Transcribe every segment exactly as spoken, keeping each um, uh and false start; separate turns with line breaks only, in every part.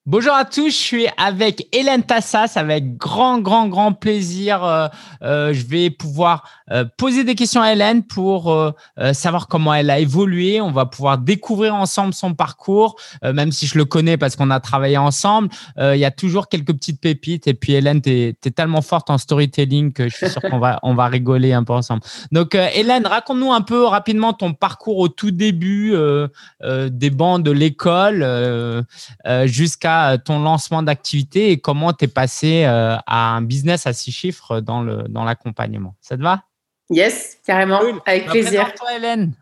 Bonjour à tous, je suis avec Hélène Tassas, avec grand, grand, grand plaisir. Euh, euh, je vais pouvoir euh, poser des questions à Hélène pour euh, euh, savoir comment elle a évolué. On va pouvoir découvrir ensemble son parcours, euh, même si je le connais parce qu'on a travaillé ensemble. Euh, Il y a toujours quelques petites pépites. Et puis Hélène, tu es tellement forte en storytelling que je suis sûr qu'on va, on va rigoler un peu ensemble. Donc euh, Hélène, raconte-nous un peu rapidement ton parcours au tout début euh, euh, des bancs de l'école euh, euh, jusqu'à ton lancement d'activité et comment tu es passé euh, à un business à six chiffres dans, le, dans l'accompagnement. Ça te va?
Yes, carrément,
Cool.
avec
Bah,
plaisir.
présente-toi, Hélène.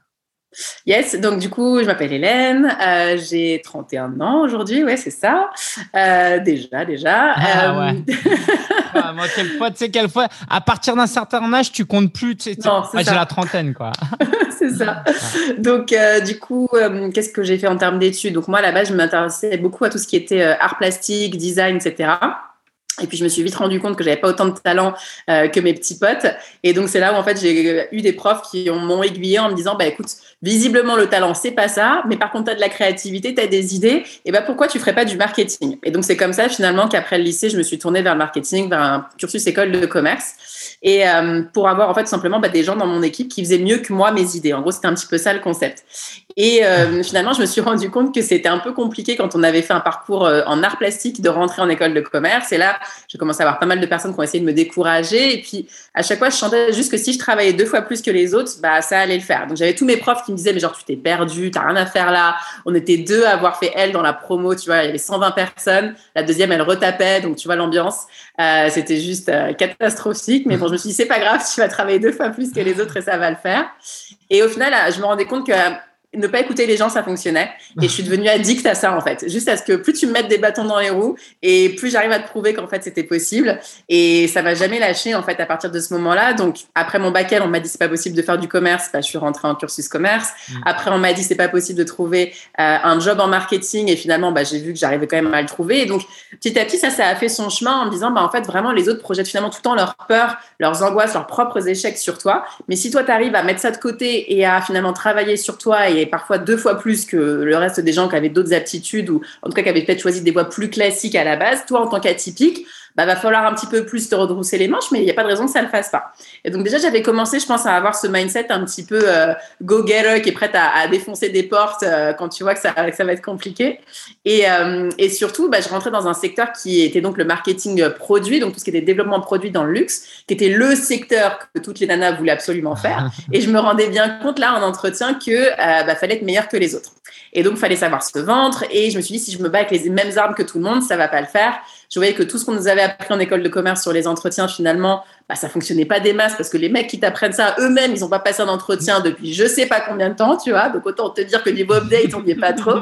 Yes, donc du coup, je m'appelle Hélène, euh, j'ai trente et un ans aujourd'hui, ouais, c'est ça. Euh, déjà, déjà.
Ah ouais.
Euh...
Ouais, moi, quelquefois, tu sais, quelquefois, à partir d'un certain âge, tu comptes plus. Tu sais, tu sais,
non, c'est
moi, j'ai la
ça.
trentaine, quoi.
c'est ça.
Ouais.
Donc, euh, du coup, euh, qu'est-ce que j'ai fait en termes d'études? Donc, moi, à la base, je m'intéressais beaucoup à tout ce qui était euh, art plastique, design, et cetera. Et puis, je me suis vite rendu compte que j'avais pas autant de talent euh, que mes petits potes. Et donc, c'est là où, en fait, j'ai eu des profs qui m'ont aiguillé en me disant, bah, écoute, visiblement, le talent, c'est pas ça. Mais par contre, tu as de la créativité, tu as des idées. Et bah, pourquoi tu ferais pas du marketing? Et donc, c'est comme ça, finalement, qu'après le lycée, je me suis tournée vers le marketing, vers un cursus école de commerce. Et euh, pour avoir, en fait, simplement bah, des gens dans mon équipe qui faisaient mieux que moi mes idées. En gros, c'était un petit peu ça le concept. Et euh, finalement, je me suis rendu compte que c'était un peu compliqué quand on avait fait un parcours euh, en art plastique de rentrer en école de commerce. Et là, j'ai commencé à avoir pas mal de personnes qui ont essayé de me décourager. Et puis, à chaque fois, je sentais juste que si je travaillais deux fois plus que les autres, bah, ça allait le faire. Donc, j'avais tous mes profs qui me disaient, mais genre, tu t'es perdu, t'as rien à faire là. On était deux à avoir fait elle dans la promo, tu vois, il y avait cent vingt personnes. La deuxième, elle retapait. Donc, tu vois, l'ambiance, euh, c'était juste euh, catastrophique. Mais bon, je me suis dit, c'est pas grave, tu vas travailler deux fois plus que les autres et ça va le faire. Et au final, je me rendais compte que ne pas écouter les gens, ça fonctionnait. Et je suis devenue addict à ça, en fait. Juste à ce que plus tu me mettes des bâtons dans les roues et plus j'arrive à te prouver qu'en fait, c'était possible. Et ça m'a jamais lâché, en fait, à partir de ce moment-là. Donc, après mon bac L, on m'a dit c'est pas possible de faire du commerce. Bah, je suis rentrée en cursus commerce. Mmh. Après, on m'a dit c'est pas possible de trouver euh, un job en marketing. Et finalement, bah, j'ai vu que j'arrivais quand même à le trouver. Et donc, petit à petit, ça, ça a fait son chemin en me disant, bah, en fait, vraiment, les autres projettent finalement tout le temps leurs peurs, leurs angoisses, leurs propres échecs sur toi. Mais si toi, tu arrives à mettre ça de côté et à finalement travailler sur toi et parfois deux fois plus que le reste des gens qui avaient d'autres aptitudes ou en tout cas qui avaient peut-être choisi des voies plus classiques à la base, toi, en tant qu'atypique, bah, va falloir un petit peu plus te redrousser les manches, mais il n'y a pas de raison que ça ne le fasse pas. Et donc déjà, j'avais commencé, je pense, à avoir ce mindset un petit peu euh, go-getter qui est prête à, à défoncer des portes euh, quand tu vois que ça, que ça va être compliqué. Et, euh, et surtout, bah, je rentrais dans un secteur qui était donc le marketing produit, donc tout ce qui était développement produit dans le luxe, qui était le secteur que toutes les nanas voulaient absolument faire. Et je me rendais bien compte là en entretien que euh, bah, fallait être meilleur que les autres. Et donc, il fallait savoir se vendre. Et je me suis dit, si je me bats avec les mêmes armes que tout le monde, ça ne va pas le faire. Je voyais que tout ce qu'on nous avait appris en école de commerce sur les entretiens, finalement, bah, ça ne fonctionnait pas des masses parce que les mecs qui t'apprennent ça, eux-mêmes, ils n'ont pas passé un entretien depuis je ne sais pas combien de temps, tu vois. Donc, autant te dire que niveau update, on n'y est pas trop.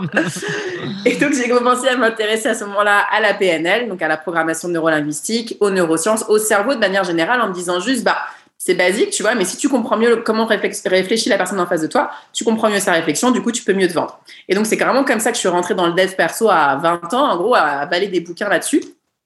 Et donc, j'ai commencé à m'intéresser à ce moment-là à la P N L, donc à la programmation neurolinguistique, aux neurosciences, au cerveau de manière générale, en me disant juste, bah, c'est basique, tu vois, mais si tu comprends mieux comment réfléchit la personne en face de toi, tu comprends mieux sa réflexion, du coup, tu peux mieux te vendre. Et donc, c'est carrément comme ça que je suis rentrée dans le dev perso à vingt ans, en gros, à avaler des bouquins là-dessus,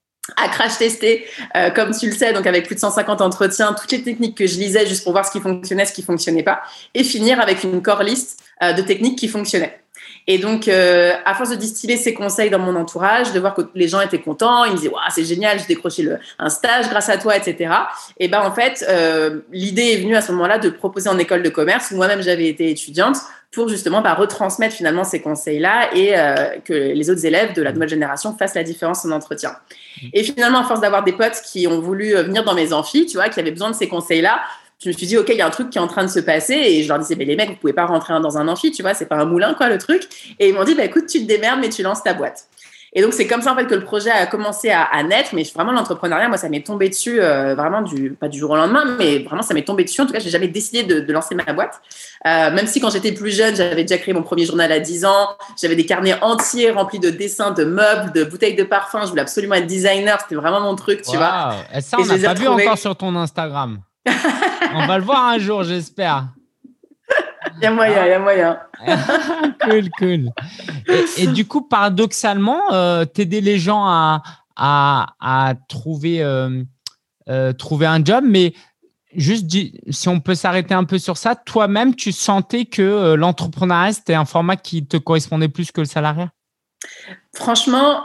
à crash tester, euh, comme tu le sais, donc avec plus de cent cinquante entretiens, toutes les techniques que je lisais juste pour voir ce qui fonctionnait, ce qui fonctionnait pas, et finir avec une core list euh, de techniques qui fonctionnaient. Et donc, euh, à force de distiller ces conseils dans mon entourage, de voir que les gens étaient contents, ils me disaient « Waouh, c'est génial, j'ai décroché le, un stage grâce à toi, et cetera » Et ben en fait, euh, l'idée est venue à ce moment-là de proposer en école de commerce, où moi-même j'avais été étudiante, pour justement bah, retransmettre finalement ces conseils-là et euh, que les autres élèves de la nouvelle génération fassent la différence en entretien. Et finalement, à force d'avoir des potes qui ont voulu venir dans mes amphis, tu vois, qui avaient besoin de ces conseils-là, je me suis dit, OK, il y a un truc qui est en train de se passer. Et je leur disais, mais les mecs, vous pouvez pas rentrer dans un amphi, tu vois, c'est pas un moulin, quoi, le truc. Et ils m'ont dit, bah, écoute, tu te démerdes, mais tu lances ta boîte. Et donc, c'est comme ça, en fait, que le projet a commencé à, à naître. Mais vraiment, l'entrepreneuriat, moi, ça m'est tombé dessus, euh, vraiment, du, pas du jour au lendemain, mais vraiment, ça m'est tombé dessus. En tout cas, j'ai jamais décidé de, de lancer ma boîte. Euh, même si, quand j'étais plus jeune, j'avais déjà créé mon premier journal à dix ans. J'avais des carnets entiers remplis de dessins, de meubles, de bouteilles de parfum. Je voulais absolument être designer. C'était vraiment mon truc, tu
Wow.
vois.
Et ça, on n'a pas vu encore sur ton Instagram. On va le voir un jour, j'espère.
Il y a moyen, il y a moyen.
Cool, cool. Et, et du coup, paradoxalement, euh, t'aider les gens à, à, à trouver, euh, euh, trouver un job, mais juste si on peut s'arrêter un peu sur ça, toi-même, tu sentais que euh, l'entrepreneuriat, c'était un format qui te correspondait plus que le salariat?
Franchement,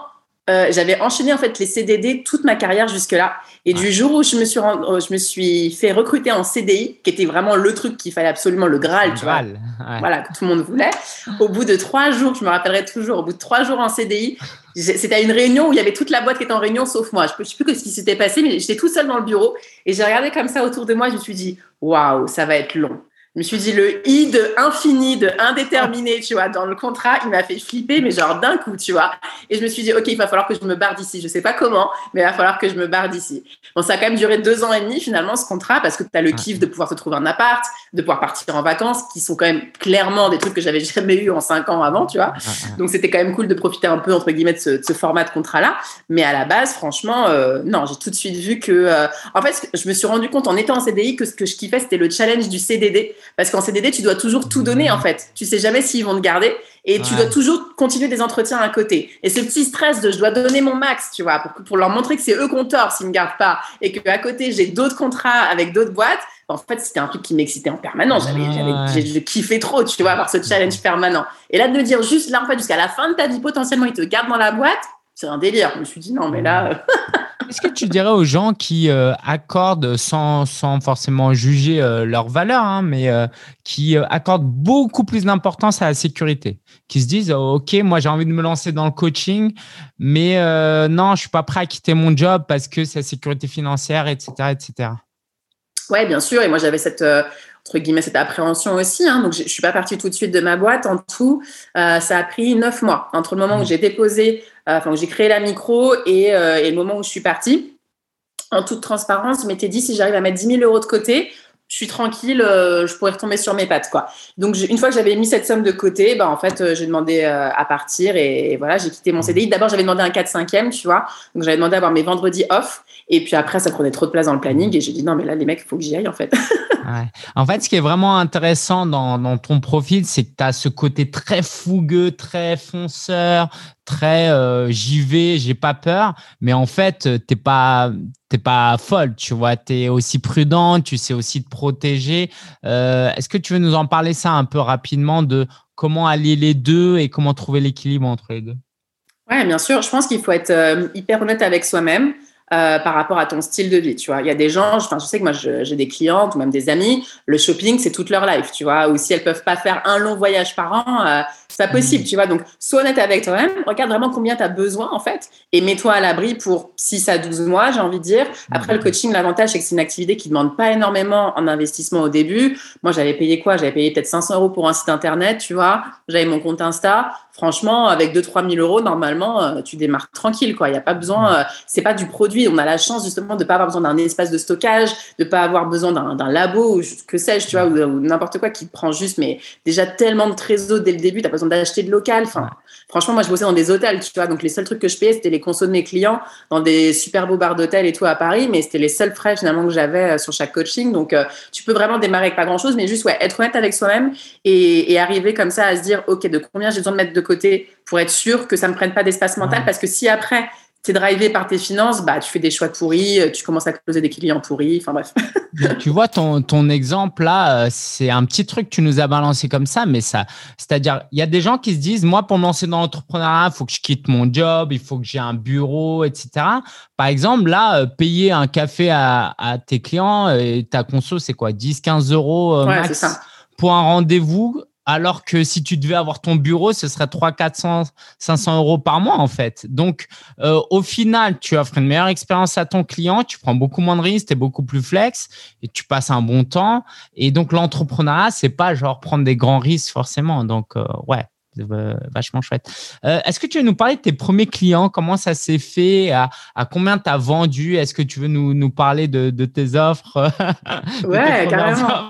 euh, j'avais enchaîné en fait les C D D toute ma carrière jusque-là. Et ouais. du jour où je me suis rend... je me suis fait recruter en C D I, qui était vraiment le truc qu'il fallait absolument, le Graal, tu
Graal.
vois,
Ouais.
voilà, que tout le monde voulait. Au bout de trois jours, je me rappellerai toujours, au bout de trois jours en C D I, c'était à une réunion où il y avait toute la boîte qui était en réunion sauf moi. Je ne sais plus ce qui s'était passé, mais j'étais tout seul dans le bureau et j'ai regardé comme ça autour de moi. Je me suis dit, waouh, ça va être long. Je me suis dit, le i de infini, de indéterminé, tu vois, dans le contrat, il m'a fait flipper, mais genre d'un coup, tu vois. Et je me suis dit, OK, il va falloir que je me barre d'ici. Je ne sais pas comment, mais il va falloir que je me barre d'ici. Bon, ça a quand même duré deux ans et demi, finalement, ce contrat, parce que tu as le kiff de pouvoir te trouver un appart, de pouvoir partir en vacances, qui sont quand même clairement des trucs que j'avais jamais eu en cinq ans avant, tu vois. Donc, c'était quand même cool de profiter un peu, entre guillemets, de ce, de ce format de contrat-là. Mais à la base, franchement, euh, non, j'ai tout de suite vu que… Euh, en fait, je me suis rendu compte, en étant en C D I, que ce que je kiffais, c'était le challenge du C D D. Parce qu'en C D D, tu dois toujours tout donner, en fait. Tu sais jamais s'ils vont te garder et ouais. tu dois toujours continuer des entretiens à côté. Et ce petit stress de je dois donner mon max, tu vois, pour, pour leur montrer que c'est eux qu'on tord s'ils ne me gardent pas et qu'à côté, j'ai d'autres contrats avec d'autres boîtes. En fait, c'était un truc qui m'excitait en permanence. J'avais, j'avais, j'ai, je kiffais trop, tu vois, avoir ce challenge permanent. Et là, de me dire juste là, en fait, jusqu'à la fin de ta vie, potentiellement, ils te gardent dans la boîte, c'est un délire. Je me suis dit, non, mais là…
Qu'est-ce que tu dirais aux gens qui euh, accordent, sans, sans forcément juger euh, leur valeur, hein, mais euh, qui euh, accordent beaucoup plus d'importance à la sécurité, qui se disent oh, « Ok, moi, j'ai envie de me lancer dans le coaching, mais euh, non, je ne suis pas prêt à quitter mon job parce que c'est la sécurité financière, et cetera et cetera »
Ouais, bien sûr. Et moi, j'avais cette… Euh, entre guillemets, cette appréhension aussi. Hein. Donc, je ne suis pas partie tout de suite de ma boîte. En tout, euh, ça a pris neuf mois entre le moment où j'ai déposé, euh, enfin, où j'ai créé la micro et, euh, et le moment où je suis partie. En toute transparence, je m'étais dit, si j'arrive à mettre dix mille euros de côté, je suis tranquille, euh, je pourrais retomber sur mes pattes, quoi. Donc, je, une fois que j'avais mis cette somme de côté, bah, en fait, euh, j'ai demandé euh, à partir et, et voilà, j'ai quitté mon C D I. D'abord, j'avais demandé un quatre cinquième, tu vois. Donc, j'avais demandé à avoir mes vendredis off. Et puis après, ça prenait trop de place dans le planning. Et j'ai dit, non, mais là, les mecs, il faut que j'y aille, en fait.
Ouais. En fait, ce qui est vraiment intéressant dans, dans ton profil, c'est que tu as ce côté très fougueux, très fonceur, très euh, j'y vais, j'ai pas peur. Mais en fait, tu n'es pas, t'es pas folle, tu vois. Tu es aussi prudente, tu sais aussi te protéger. Euh, est-ce que tu veux nous en parler ça un peu rapidement de comment allier les deux et comment trouver l'équilibre entre les deux?
Ouais, bien sûr. Je pense qu'il faut être euh, hyper honnête avec soi-même. Euh, par rapport à ton style de vie, tu vois. Il y a des gens, enfin, je sais que moi, je, j'ai des clientes ou même des amis, le shopping, c'est toute leur life, tu vois. Ou si elles peuvent pas faire un long voyage par an, euh, c'est pas possible, tu vois. Donc, sois honnête avec toi-même, regarde vraiment combien tu as besoin, en fait, et mets-toi à l'abri pour six à douze mois, j'ai envie de dire. Après, le coaching, l'avantage, c'est que c'est une activité qui demande pas énormément en investissement au début. Moi, j'avais payé quoi? J'avais payé peut-être cinq cents euros pour un site internet, tu vois. J'avais mon compte Insta. Franchement, avec deux à trois mille euros, normalement, euh, tu démarres tranquille, quoi. Il n'y a pas besoin, euh, c'est pas du produit. On a la chance, justement, de ne pas avoir besoin d'un espace de stockage, de ne pas avoir besoin d'un, d'un labo, ou que sais-je, tu vois, ou, ou n'importe quoi qui te prend juste, mais déjà tellement de trésor dès le début, tu n'as pas besoin d'acheter de local. Enfin, franchement, moi, je bossais dans des hôtels, tu vois. Donc, les seuls trucs que je payais, c'était les consos de mes clients dans des super beaux bars d'hôtel et tout à Paris, mais c'était les seuls frais, finalement, que j'avais sur chaque coaching. Donc, euh, tu peux vraiment démarrer avec pas grand-chose, mais juste, ouais, être honnête avec soi-même et, et arriver comme ça à se dire, OK, de combien j'ai besoin de mettre de côté pour être sûr que ça ne me prenne pas d'espace mental, parce que si après, tu es drivé par tes finances, bah, tu fais des choix pourris, tu commences à closer des clients pourris, enfin bref.
Tu vois, ton, ton exemple là, c'est un petit truc que tu nous as balancé comme ça, mais ça, c'est-à-dire, il y a des gens qui se disent, moi, pour me lancer dans l'entrepreneuriat, il faut que je quitte mon job, il faut que j'ai un bureau, et cetera. Par exemple, là, payer un café à, à tes clients, et ta conso, c'est quoi, dix, quinze euros
ouais,
max
c'est ça.
Pour un rendez-vous? Alors que si tu devais avoir ton bureau, ce serait trois cents, quatre cents, cinq cents euros par mois, en fait. Donc, euh, au final, tu offres une meilleure expérience à ton client, tu prends beaucoup moins de risques, tu es beaucoup plus flex et tu passes un bon temps. Et donc, l'entrepreneuriat, c'est pas genre prendre des grands risques forcément. Donc, euh, ouais, euh, vachement chouette. Euh, est-ce que tu veux nous parler de tes premiers clients? Comment ça s'est fait? À, à combien tu as vendu? Est-ce que tu veux nous, nous parler de, de tes offres?
Ouais, carrément.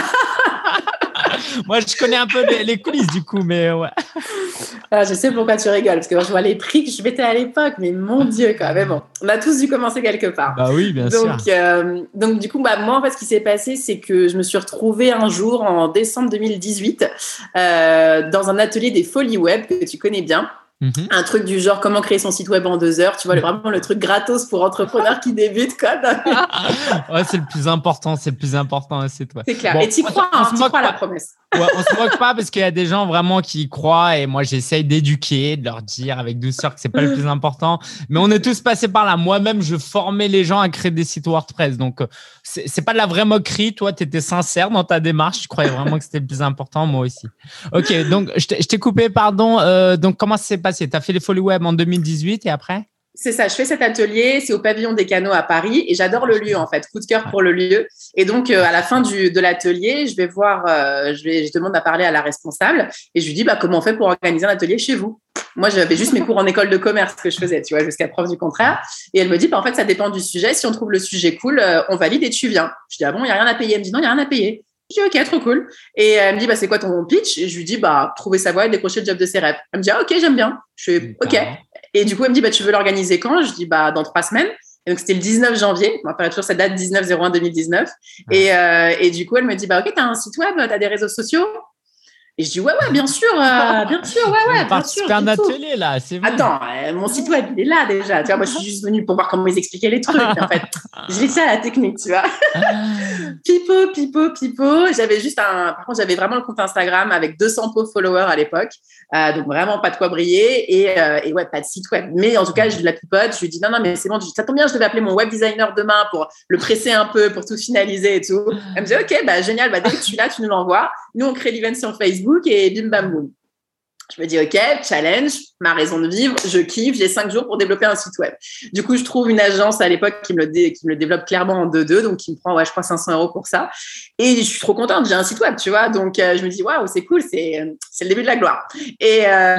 Moi, je connais un peu les, les coulisses du coup, mais ouais.
Ah, je sais pourquoi tu rigoles, parce que moi, je vois les prix que je mettais à l'époque, mais mon Dieu, quoi. Mais bon, on a tous dû commencer quelque part.
Bah oui, bien
donc,
sûr.
Euh, donc, du coup, bah, moi, en fait, ce qui s'est passé, c'est que je me suis retrouvée un jour, en décembre deux mille dix-huit, euh, dans un atelier des Folies Web, que tu connais bien. Mm-hmm. Un truc du genre comment créer son site web en deux heures, tu vois, vraiment le truc gratos pour entrepreneurs qui débutent, quoi.
Ouais, c'est le plus important, c'est le plus important, c'est toi.
C'est clair.
Bon,
et t'y crois, hein, t'y crois à la promesse.
Ouais, on se moque pas parce qu'il y a des gens vraiment qui y croient et moi j'essaye d'éduquer, de leur dire avec douceur que c'est pas le plus important. Mais on est tous passés par là. Moi-même, je formais les gens à créer des sites WordPress. Donc c'est, c'est pas de la vraie moquerie. Toi, tu étais sincère dans ta démarche. Tu croyais vraiment que c'était le plus important. Moi aussi. Ok, donc je t'ai, je t'ai coupé, pardon. Euh, donc comment ça s'est passé? Tu as fait les Folies Web en deux mille dix-huit et après?
C'est ça, je fais cet atelier, c'est au Pavillon des Canaux à Paris et j'adore le lieu en fait, coup de cœur pour le lieu. Et donc euh, à la fin du, de l'atelier, je vais voir, euh, je, vais, je demande à parler à la responsable et je lui dis bah, comment on fait pour organiser un atelier chez vous. Moi, j'avais juste mes cours en école de commerce que je faisais, tu vois, jusqu'à preuve du contraire. Et elle me dit bah, en fait, ça dépend du sujet. Si on trouve le sujet cool, euh, on valide et tu viens. Je dis ah bon, il n'y a rien à payer. Elle me dit non, il n'y a rien à payer. Je dis ok, trop cool. Et elle me dit bah, c'est quoi ton pitch? Et je lui dis bah, trouver sa voie et décrocher le job de ses rêves. Elle me dit ah, ok, j'aime bien. Je fais ok. Et du coup, elle me dit, bah, tu veux l'organiser quand? Je dis, bah, dans trois semaines. Et donc, c'était le dix-neuf janvier. On appelle toujours cette date dix-neuf zéro un deux mille dix-neuf. Ouais. Et, euh, et du coup, elle me dit, bah, ok, t'as un site web, t'as des réseaux sociaux? Et je dis, ouais, ouais, bien sûr, euh, bien sûr, ouais, ouais, bien sûr.
C'est un atelier, là, c'est bon.
Attends, euh, mon site web, il est là déjà. Tu vois, moi, je suis juste venue pour voir comment ils expliquaient les trucs. En fait, je laissais à la technique, tu vois. Pipo, pipo, pipo. J'avais juste un. Par contre, j'avais vraiment le compte Instagram avec deux cents pauvres followers à l'époque. Euh, donc, vraiment pas de quoi briller. Et, euh, et ouais, pas de site web. Mais en tout cas, je la pipote. Je lui dis, non, non, mais c'est bon. Je dis, ça tombe bien, je devais appeler mon web designer demain pour le presser un peu, pour tout finaliser et tout. Elle me dit, OK, bah, génial. Bah, dès que tu l'as, tu nous l'envoies. Nous, on crée l'event sur Facebook et bim, bam, boum. Je me dis, OK, challenge, ma raison de vivre, je kiffe, j'ai cinq jours pour développer un site web. Du coup, je trouve une agence à l'époque qui me le, dé, qui me le développe clairement en deux deux, donc qui me prend, ouais, je crois, cinq cents euros pour ça. Et je suis trop contente, j'ai un site web, tu vois. Donc, euh, je me dis, waouh, c'est cool, c'est, c'est le début de la gloire. Et euh...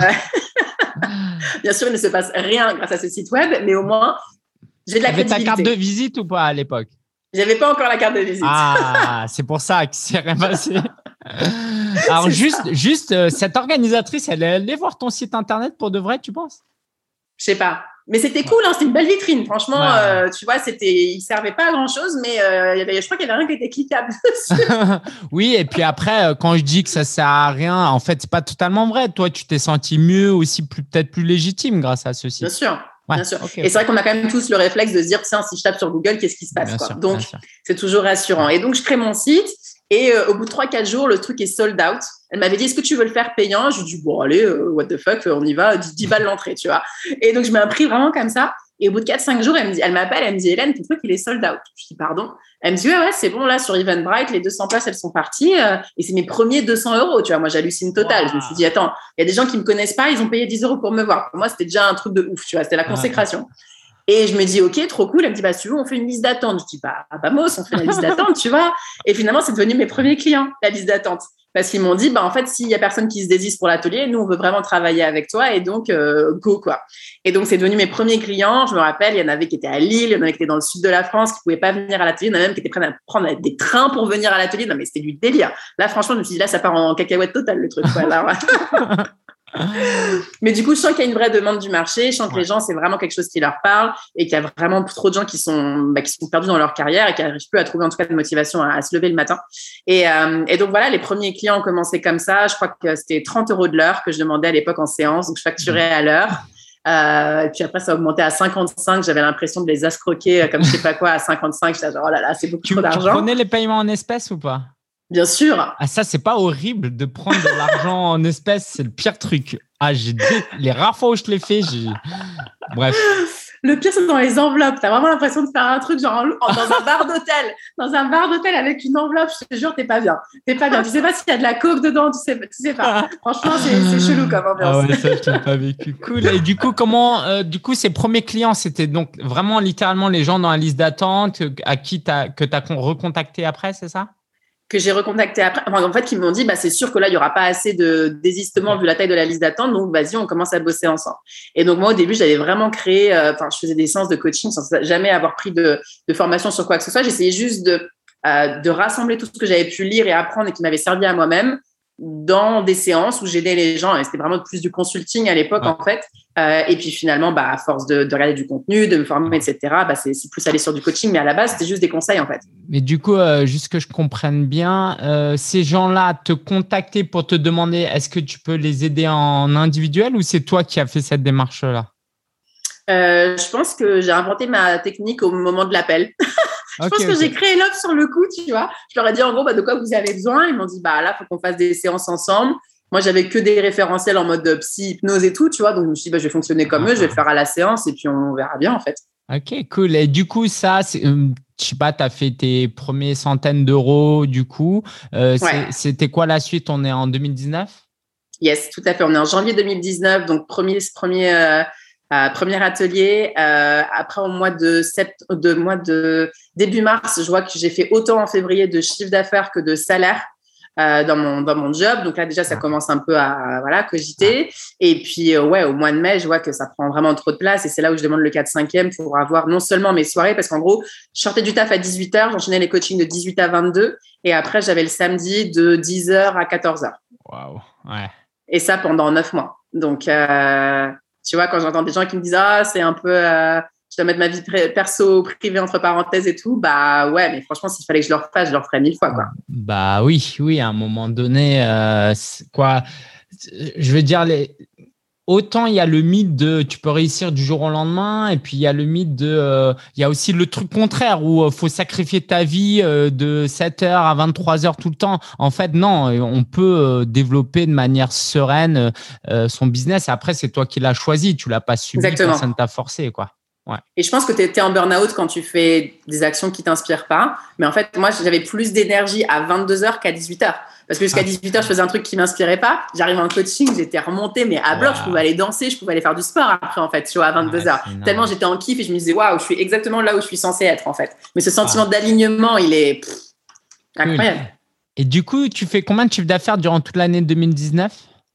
bien sûr, il ne se passe rien grâce à ce site web, mais au moins, j'ai de la crédibilité.
Tu avais ta carte de visite ou pas à l'époque?
J'avais pas encore la carte de visite.
Ah, c'est pour ça que c'est rien passé. Alors, c'est juste, ça. juste euh, cette organisatrice, elle est allée voir ton site internet pour de vrai, tu penses?
Je sais pas. Mais c'était cool, hein, c'était une belle vitrine. Franchement, ouais. euh, tu vois, c'était, il servait pas à grand chose, mais euh, y avait, je crois qu'il y avait rien qui était cliquable dessus.
Oui, et puis après, quand je dis que ça sert à rien, en fait, c'est pas totalement vrai. Toi, tu t'es senti mieux, aussi plus, peut-être plus légitime grâce à ce site.
Bien sûr. Ouais, bien sûr. Okay, et c'est vrai qu'on a quand même tous le réflexe de se dire, tiens, si je tape sur Google, qu'est-ce qui se passe, quoi. Sûr, donc, c'est toujours rassurant. Et donc, je crée mon site et euh, au bout de trois quatre jours, le truc est sold out. Elle m'avait dit, est-ce que tu veux le faire payant? Je lui ai dit, bon, allez, euh, what the fuck, on y va, dix balles l'entrée, tu vois. Et donc, je mets un prix vraiment comme ça. Et au bout de quatre cinq jours, elle, me dit, elle m'appelle, elle me dit, Hélène, ton truc, il est sold out. Je dis, pardon. Elle me dit, ouais, ouais, c'est bon, là, sur Eventbrite, les deux cents places, elles sont parties. Euh, et c'est mes premiers deux cents euros, tu vois. Moi, j'hallucine total. Wow. Je me suis dit, attends, il y a des gens qui me connaissent pas, ils ont payé dix euros pour me voir. Pour moi, c'était déjà un truc de ouf, tu vois. C'était la consécration. Ouais. Et je me dis, OK, trop cool. Elle me dit, bah, si tu veux, on fait une liste d'attente. Je dis, bah, vamos, on fait la liste d'attente, tu vois. Et finalement, c'est devenu mes premiers clients, la liste d'attente. Parce qu'ils m'ont dit, bah, en fait, s'il y a personne qui se désiste pour l'atelier, nous, on veut vraiment travailler avec toi. Et donc, euh, go, quoi. Et donc, c'est devenu mes premiers clients. Je me rappelle, il y en avait qui étaient à Lille, il y en avait qui étaient dans le sud de la France, qui ne pouvaient pas venir à l'atelier. Il y en a même qui étaient prêts à prendre des trains pour venir à l'atelier. Non, mais c'était du délire. Là, franchement, je me suis dit, là, ça part en cacahuète totale, le truc, quoi. Là, mais du coup, je sens qu'il y a une vraie demande du marché. Je sens que ouais. les gens, c'est vraiment quelque chose qui leur parle et qu'il y a vraiment trop de gens qui sont, bah, qui sont perdus dans leur carrière et qui n'arrivent plus à trouver en tout cas de motivation à, à se lever le matin. Et, euh, et donc voilà, les premiers clients ont commencé comme ça. Je crois que c'était trente euros de l'heure que je demandais à l'époque en séance. Donc, je facturais à l'heure. Euh, puis après, ça a augmenté à cinquante-cinq. J'avais l'impression de les escroquer comme je sais pas quoi à cinquante-cinq. J'étais genre, oh là là, c'est beaucoup
tu,
trop d'argent.
Tu prenais les paiements en espèces ou pas?
Bien sûr.
Ah, ça, c'est pas horrible de prendre de l'argent en espèces. C'est le pire truc. Ah, j'ai dé... les rares fois où je l'ai fait, j'ai. Bref.
Le pire, c'est dans les enveloppes. T'as vraiment l'impression de faire un truc genre dans un bar d'hôtel. Dans un bar d'hôtel avec une enveloppe, je te jure, t'es pas bien. T'es pas bien. Tu sais pas s'il y a de la coke dedans, tu sais, tu sais pas. Franchement, c'est, c'est chelou comme ambiance.
Ah ouais, ça, je l'ai pas vécu. Cool. Et du coup, comment, euh, du coup, ces premiers clients, c'était donc vraiment littéralement les gens dans la liste d'attente à qui t'as, que tu as recontacté après, c'est ça?
Que j'ai recontacté après, enfin, en fait, qui m'ont dit, bah, c'est sûr que là, il n'y aura pas assez de désistement vu la taille de la liste d'attente, donc vas-y, on commence à bosser ensemble. Et donc, moi, au début, j'avais vraiment créé, enfin, euh, je faisais des séances de coaching sans jamais avoir pris de, de formation sur quoi que ce soit. J'essayais juste de, euh, de rassembler tout ce que j'avais pu lire et apprendre et qui m'avait servi à moi-même dans des séances où j'aidais les gens. Et c'était vraiment plus du consulting à l'époque, ouais. en fait. Euh, et puis finalement, bah, à force de, de regarder du contenu, de me former, et cetera, bah, c'est, c'est plus aller sur du coaching. Mais à la base, c'était juste des conseils, en fait.
Mais du coup, euh, juste que je comprenne bien, euh, ces gens-là te contactaient pour te demander est-ce que tu peux les aider en individuel ou c'est toi qui as fait cette démarche-là?
euh, Je pense que j'ai inventé ma technique au moment de l'appel. Je okay, pense que okay. j'ai créé l'offre sur le coup, tu vois. Je leur ai dit en gros, bah, de quoi vous avez besoin. Ils m'ont dit, bah là, il faut qu'on fasse des séances ensemble. Moi, j'avais que des référentiels en mode psy, hypnose et tout, tu vois. Donc, je me suis dit, bah, je vais fonctionner comme eux, je vais le faire à la séance et puis on verra bien, en fait.
Ok, cool. Et du coup, ça, c'est, euh, je sais pas, tu as fait tes premiers centaines d'euros, du coup. Euh, ouais. C'était quoi la suite? On est en deux mille dix-neuf?
Yes, tout à fait. On est en janvier deux mille dix-neuf, donc premier, premier, euh, euh, premier atelier. Euh, après, au mois de, sept, de, mois de début mars, je vois que j'ai fait autant en février de chiffre d'affaires que de salaire. Euh, dans mon dans mon job, donc là déjà ça commence un peu à voilà cogiter et puis euh, ouais au mois de mai je vois que ça prend vraiment trop de place et c'est là où je demande le quatre cinquième pour avoir non seulement mes soirées parce qu'en gros je sortais du taf à dix-huit heures, j'enchaînais les coachings de dix-huit à vingt-deux et après j'avais le samedi de dix heures à quatorze heures.
Waouh, ouais.
Et ça pendant neuf mois. Donc euh, tu vois quand j'entends des gens qui me disent ah c'est un peu euh, je dois mettre ma vie perso privée entre parenthèses et tout, bah ouais, mais franchement, s'il fallait que je le refasse, je le referais mille fois, quoi.
Bah oui, oui, à un moment donné, euh, quoi, je veux dire, les... autant il y a le mythe de tu peux réussir du jour au lendemain, et puis il y a le mythe de, euh, il y a aussi le truc contraire où il faut sacrifier ta vie euh, de sept heures à vingt-trois heures tout le temps. En fait, non, on peut euh, développer de manière sereine euh, son business. Après, c'est toi qui l'as choisi, tu l'as pas subi,
Exactement.
Personne t'a forcé, quoi. Ouais.
Et je pense que tu es en burn-out quand tu fais des actions qui ne t'inspirent pas. Mais en fait, moi, j'avais plus d'énergie à vingt-deux heures qu'à dix-huit heures. Parce que jusqu'à dix-huit heures, je faisais un truc qui ne m'inspirait pas. J'arrive en coaching, j'étais remontée, mais à bloc, wow. Je pouvais aller danser, je pouvais aller faire du sport après, en fait, tu vois, à vingt-deux heures. Ouais, tellement j'étais en kiff et je me disais, waouh, je suis exactement là où je suis censée être, en fait. Mais ce sentiment wow. d'alignement, il est pff, incroyable. Cool.
Et du coup, tu fais combien de chiffre d'affaires durant toute l'année deux mille dix-neuf?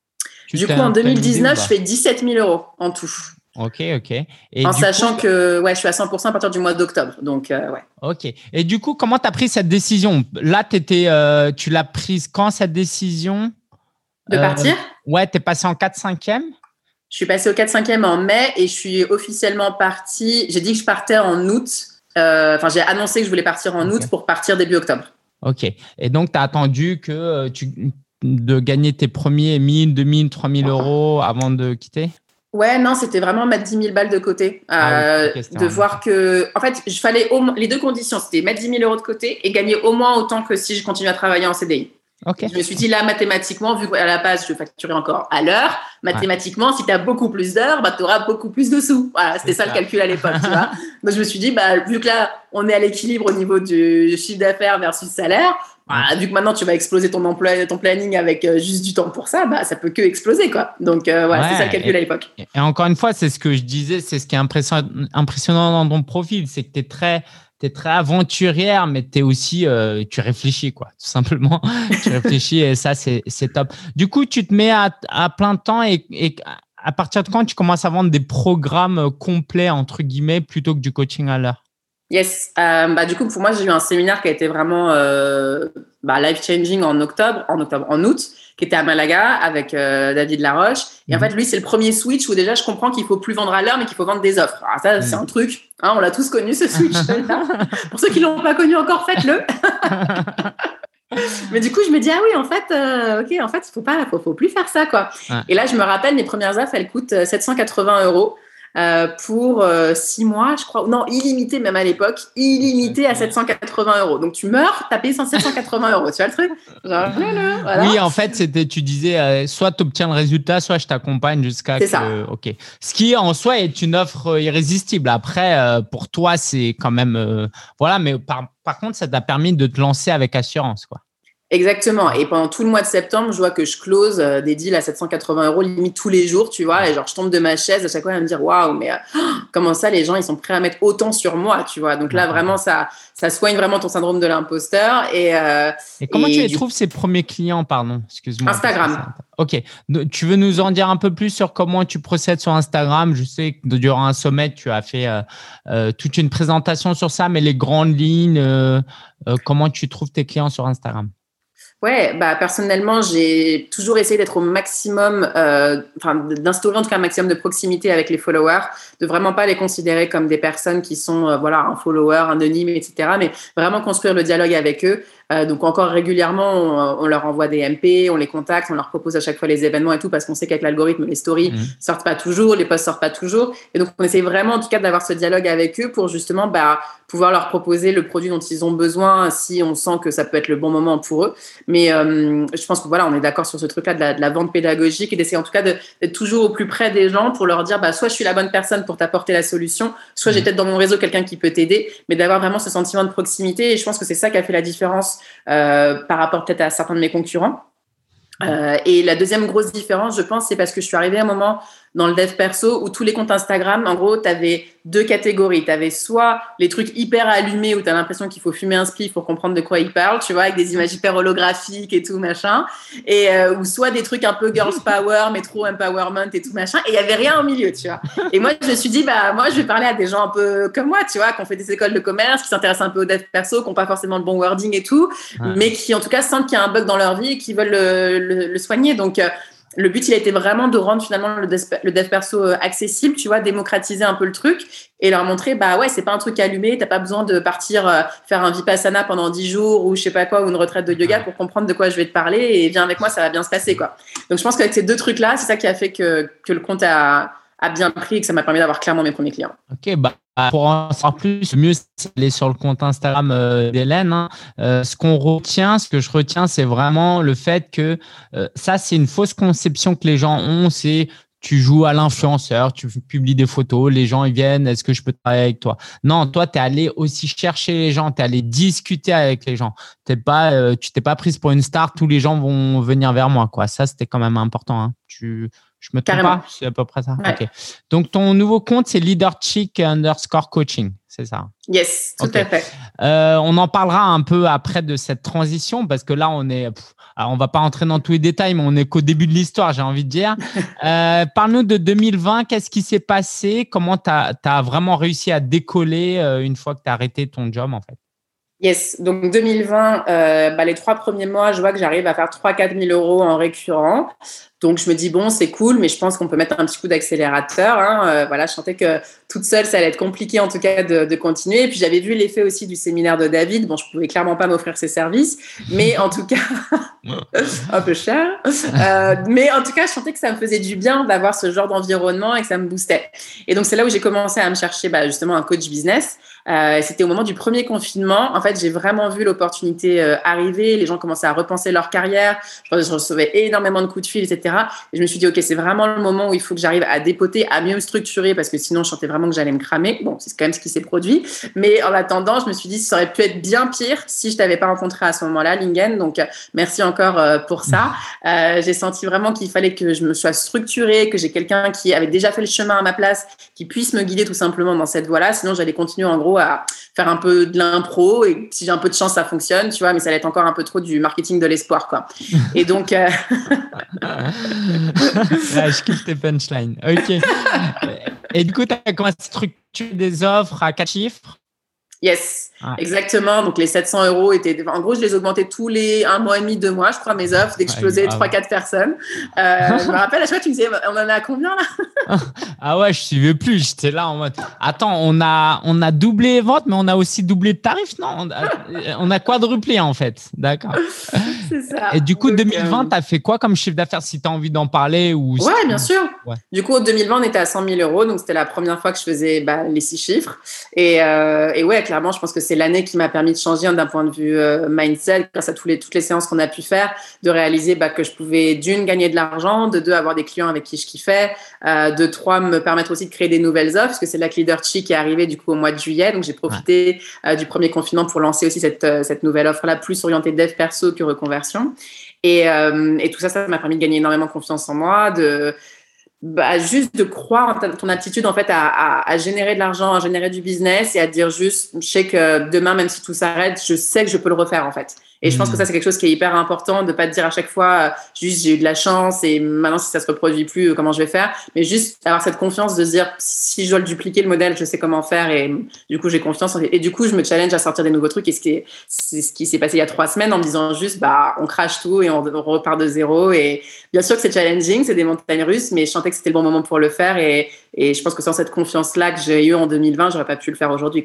Tu du coup, en deux mille dix-neuf, je fais dix-sept mille euros en tout.
Ok, ok.
Et en sachant coup, que ouais, je suis à cent pour cent à partir du mois d'octobre. Donc, euh, ouais.
Ok. Et du coup, comment tu as pris cette décision? Là, t'étais, euh, tu l'as prise quand cette décision?
De euh, partir?
Ouais, tu es passé en quatre cinquième?
Je suis passée au quatre cinquième en mai et je suis officiellement partie. J'ai dit que je partais en août. Euh, enfin, j'ai annoncé que je voulais partir en okay. août pour partir début octobre.
Ok. Et donc, tu as attendu que tu, de gagner tes premiers mille, deux mille, trois mille euros avant de quitter?
Ouais, non, c'était vraiment mettre dix mille balles de côté. Ah euh, oui, okay, de voir que… En fait, il fallait au moins… les deux conditions, c'était mettre dix mille euros de côté et gagner au moins autant que si je continue à travailler en C D I. Okay. Je me suis dit, là, mathématiquement, vu qu'à la base, je facturais encore à l'heure, mathématiquement, ouais. si tu as beaucoup plus d'heures, bah, tu auras beaucoup plus de sous. Voilà, c'était ça, ça le calcul à l'époque, tu vois. Donc, je me suis dit, bah, vu que là, on est à l'équilibre au niveau du chiffre d'affaires versus salaire, bah, vu que maintenant, tu vas exploser ton emploi, ton planning avec euh, juste du temps pour ça, bah, ça peut que exploser, quoi. Donc, euh, ouais, ouais, c'est ça le calcul
et,
à l'époque.
Et encore une fois, c'est ce que je disais, c'est ce qui est impressionnant, impressionnant dans ton profil, c'est que tu es très… T'es très aventurière, mais t'es aussi, euh, tu réfléchis, quoi, tout simplement. Tu réfléchis et ça, c'est, c'est top. Du coup, tu te mets à, à plein temps et, et à partir de quand tu commences à vendre des programmes complets, entre guillemets, plutôt que du coaching à l'heure?
Yes. Euh, bah, du coup, pour moi, j'ai eu un séminaire qui a été vraiment euh, bah, life-changing en octobre, en octobre, en août, qui était à Malaga avec euh, David Laroche. Et mmh. en fait, lui, c'est le premier switch où déjà, je comprends qu'il faut plus vendre à l'heure, mais qu'il faut vendre des offres. Alors ça, mmh. c'est un truc. Hein, on l'a tous connu, ce switch-là. Pour ceux qui l'ont pas connu encore, faites-le. Mais du coup, je me dis, ah oui, en fait, euh, ok, en fait, il faut pas, faut, faut plus faire ça, quoi. Ouais. Et là, je me rappelle, mes premières offres, elles coûtent sept cent quatre-vingts euros. Euh, pour euh, six mois, je crois. Non, illimité même à l'époque. Illimité à sept cent quatre-vingts euros. Donc, tu meurs, tu as payé sept cent quatre-vingts euros. Tu vois le truc? Genre, voilà.
Oui, en fait, c'était, tu disais, euh, soit tu obtiens le résultat, soit je t'accompagne jusqu'à…
C'est
que,
ça.
OK. Ce qui, en soi, est une offre irrésistible. Après, euh, pour toi, c'est quand même… Euh, voilà, mais par, par contre, ça t'a permis de te lancer avec assurance, quoi.
Exactement. Et pendant tout le mois de septembre, je vois que je close euh, des deals à sept cent quatre-vingts euros limite tous les jours, tu vois. Et genre, je tombe de ma chaise à chaque fois à me dire, waouh, mais euh, comment ça, les gens, ils sont prêts à mettre autant sur moi, tu vois. Donc là, vraiment, ça, ça soigne vraiment ton syndrome de l'imposteur. Et, euh,
et comment
et
tu les
du...
trouves ces premiers clients, pardon, excuse-moi.
Instagram.
Ok. Tu veux nous en dire un peu plus sur comment tu procèdes sur Instagram? Je sais que durant un sommet, tu as fait euh, euh, toute une présentation sur ça, mais les grandes lignes, euh, euh, comment tu trouves tes clients sur Instagram?
Ouais, bah personnellement, j'ai toujours essayé d'être au maximum, euh, enfin d'instaurer en tout cas un maximum de proximité avec les followers, de vraiment pas les considérer comme des personnes qui sont, euh, voilà, un follower anonyme, et cetera. Mais vraiment construire le dialogue avec eux. Euh, donc encore régulièrement, on, on leur envoie des M P, on les contacte, on leur propose à chaque fois les événements et tout, parce qu'on sait qu'avec l'algorithme, les stories mmh. sortent pas toujours, les posts sortent pas toujours. Et donc on essaie vraiment en tout cas d'avoir ce dialogue avec eux pour justement bah, pouvoir leur proposer le produit dont ils ont besoin si on sent que ça peut être le bon moment pour eux. Mais euh, je pense que voilà, on est d'accord sur ce truc-là de la, de la vente pédagogique et d'essayer en tout cas de, d'être toujours au plus près des gens pour leur dire bah, soit je suis la bonne personne pour t'apporter la solution, soit j'ai peut-être dans mon réseau quelqu'un qui peut t'aider, mais d'avoir vraiment ce sentiment de proximité. Et je pense que c'est ça qui a fait la différence euh, par rapport peut-être à certains de mes concurrents. Euh, et la deuxième grosse différence, je pense, c'est parce que je suis arrivée à un moment dans le dev perso où tous les comptes Instagram, en gros, tu avais deux catégories. Tu avais soit les trucs hyper allumés où tu as l'impression qu'il faut fumer un spliff pour comprendre de quoi ils parlent, tu vois, avec des images hyper holographiques et tout, machin. Et, euh, ou soit des trucs un peu girls power, mais trop empowerment et tout, machin. Et il n'y avait rien au milieu, tu vois. Et moi, je me suis dit, bah, moi, je vais parler à des gens un peu comme moi, tu vois, qui ont fait des écoles de commerce, qui s'intéressent un peu au dev perso, qui n'ont pas forcément le bon wording et tout, ouais. mais qui, en tout cas, sentent qu'il y a un bug dans leur vie et qui veulent le, le, le soigner. Donc, euh, le but, il a été vraiment de rendre finalement le dev, le dev perso accessible, tu vois, démocratiser un peu le truc et leur montrer, bah ouais, c'est pas un truc allumé, t'as pas besoin de partir euh, faire un vipassana pendant dix jours ou je sais pas quoi, ou une retraite de yoga pour comprendre de quoi je vais te parler et viens avec moi, ça va bien se passer, quoi. Donc, je pense qu'avec ces deux trucs-là, c'est ça qui a fait que, que le compte a, a bien pris et que ça m'a permis d'avoir clairement mes premiers clients.
Ok, bah. Pour en savoir plus, le mieux, c'est d'aller sur le compte Instagram euh, d'Hélène. Hein. Euh, ce qu'on retient, ce que je retiens, c'est vraiment le fait que euh, ça, c'est une fausse conception que les gens ont. C'est tu joues à l'influenceur, tu publies des photos, les gens ils viennent, est-ce que je peux travailler avec toi? Non, toi, tu es allé aussi chercher les gens, tu es allé discuter avec les gens. T'es pas, euh, tu t'es pas prise pour une star, tous les gens vont venir vers moi, quoi. Ça, c'était quand même important. Hein. Tu… Je me trompe pas, c'est à peu près ça.
Ouais.
Okay. Donc, ton nouveau compte, c'est Leaderchick underscore coaching, c'est ça?
Yes, tout okay. à fait.
Euh, on en parlera un peu après de cette transition parce que là, on est… Pff, alors, on va pas entrer dans tous les détails, mais on est qu'au début de l'histoire, j'ai envie de dire. euh, parle-nous de deux mille vingt. Qu'est-ce qui s'est passé? Comment tu as vraiment réussi à décoller euh, une fois que tu as arrêté ton job, en fait?
Yes, donc deux mille vingt, euh, bah, les trois premiers mois, je vois que j'arrive à faire trois à quatre mille euros en récurrent. Donc, je me dis, bon, c'est cool, mais je pense qu'on peut mettre un petit coup d'accélérateur. Hein. Euh, voilà, je sentais que toute seule, ça allait être compliqué, en tout cas, de, de continuer. Et puis, j'avais vu l'effet aussi du séminaire de David. Bon, je pouvais clairement pas m'offrir ses services, mais en tout cas, un peu cher. Euh, mais en tout cas, je sentais que ça me faisait du bien d'avoir ce genre d'environnement et que ça me boostait. Et donc, c'est là où j'ai commencé à me chercher bah, justement un coach business. Euh, c'était au moment du premier confinement. En fait, j'ai vraiment vu l'opportunité euh, arriver. Les gens commençaient à repenser leur carrière. Je, je recevais énormément de coups de fil, et cetera. Et je me suis dit, OK, c'est vraiment le moment où il faut que j'arrive à dépoter, à mieux me structurer parce que sinon, je sentais vraiment que j'allais me cramer. Bon, c'est quand même ce qui s'est produit. Mais en attendant, je me suis dit, ça aurait pu être bien pire si je t'avais pas rencontré à ce moment-là, Lingen. Donc, euh, merci encore euh, pour ça. Euh, j'ai senti vraiment qu'il fallait que je me sois structurée, que j'ai quelqu'un qui avait déjà fait le chemin à ma place, qui puisse me guider tout simplement dans cette voie-là. Sinon, j'allais continuer en gros à faire un peu de l'impro et si j'ai un peu de chance, ça fonctionne, tu vois, mais ça allait être encore un peu trop du marketing de l'espoir, quoi. Et donc… Euh...
ouais, je kiffe tes punchlines. OK. Et du coup, tu as commencé à structurer des offres à quatre chiffres?
Yes, ah. exactement. Donc, les sept cents euros étaient… En gros, je les augmentais tous les un mois et demi, deux mois, je crois, mes offres, dès que je closais trois quatre personnes. Euh, je me rappelle, à chaque fois, tu me disais, on en est à combien, là?
Ah ouais, je ne suivais plus. J'étais là en mode, attends, on a, on a doublé les ventes, mais on a aussi doublé le tarif? Non, on a, on a quadruplé, en fait. D'accord.
C'est ça.
Et du coup,
donc,
deux mille vingt, euh... tu as fait quoi comme chiffre d'affaires, si tu as envie d'en parler ou…
Ouais, bien sûr. Ouais. Du coup, en deux mille vingt, on était à cent mille euros. Donc, c'était la première fois que je faisais bah, les six chiffres. Et, euh, et ouais, clairement, je pense que c'est l'année qui m'a permis de changer hein, d'un point de vue euh, mindset, grâce à tous les, toutes les séances qu'on a pu faire, de réaliser bah, que je pouvais, d'une, gagner de l'argent, de deux, avoir des clients avec qui je kiffais, euh, de trois, me permettre aussi de créer des nouvelles offres, parce que c'est là que Leaderchick est arrivé du coup au mois de juillet. Donc, j'ai profité ouais. euh, du premier confinement pour lancer aussi cette, euh, cette nouvelle offre-là, plus orientée dev perso que reconversion. Et, euh, et tout ça, ça m'a permis de gagner énormément confiance en moi, de… Bah, juste de croire en ton aptitude en fait à, à, à générer de l'argent, à générer du business et à dire juste, je sais que demain, même si tout s'arrête, je sais que je peux le refaire en fait. Et mmh. je pense que ça, c'est quelque chose qui est hyper important, de pas te dire à chaque fois, juste j'ai eu de la chance et maintenant, si ça se reproduit plus, comment je vais faire. Mais juste avoir cette confiance de se dire, si je dois le dupliquer, le modèle, je sais comment faire et du coup, j'ai confiance. Et du coup, je me challenge à sortir des nouveaux trucs. Et ce qui est, c'est ce qui s'est passé il y a trois semaines en me disant juste, bah, on crache tout et on, on repart de zéro. Et bien sûr que c'est challenging, c'est des montagnes russes, mais je sentais que c'était le bon moment pour le faire. Et, et je pense que sans cette confiance-là que j'ai eue en deux mille vingt, j'aurais pas pu le faire aujourd'hui, quoi.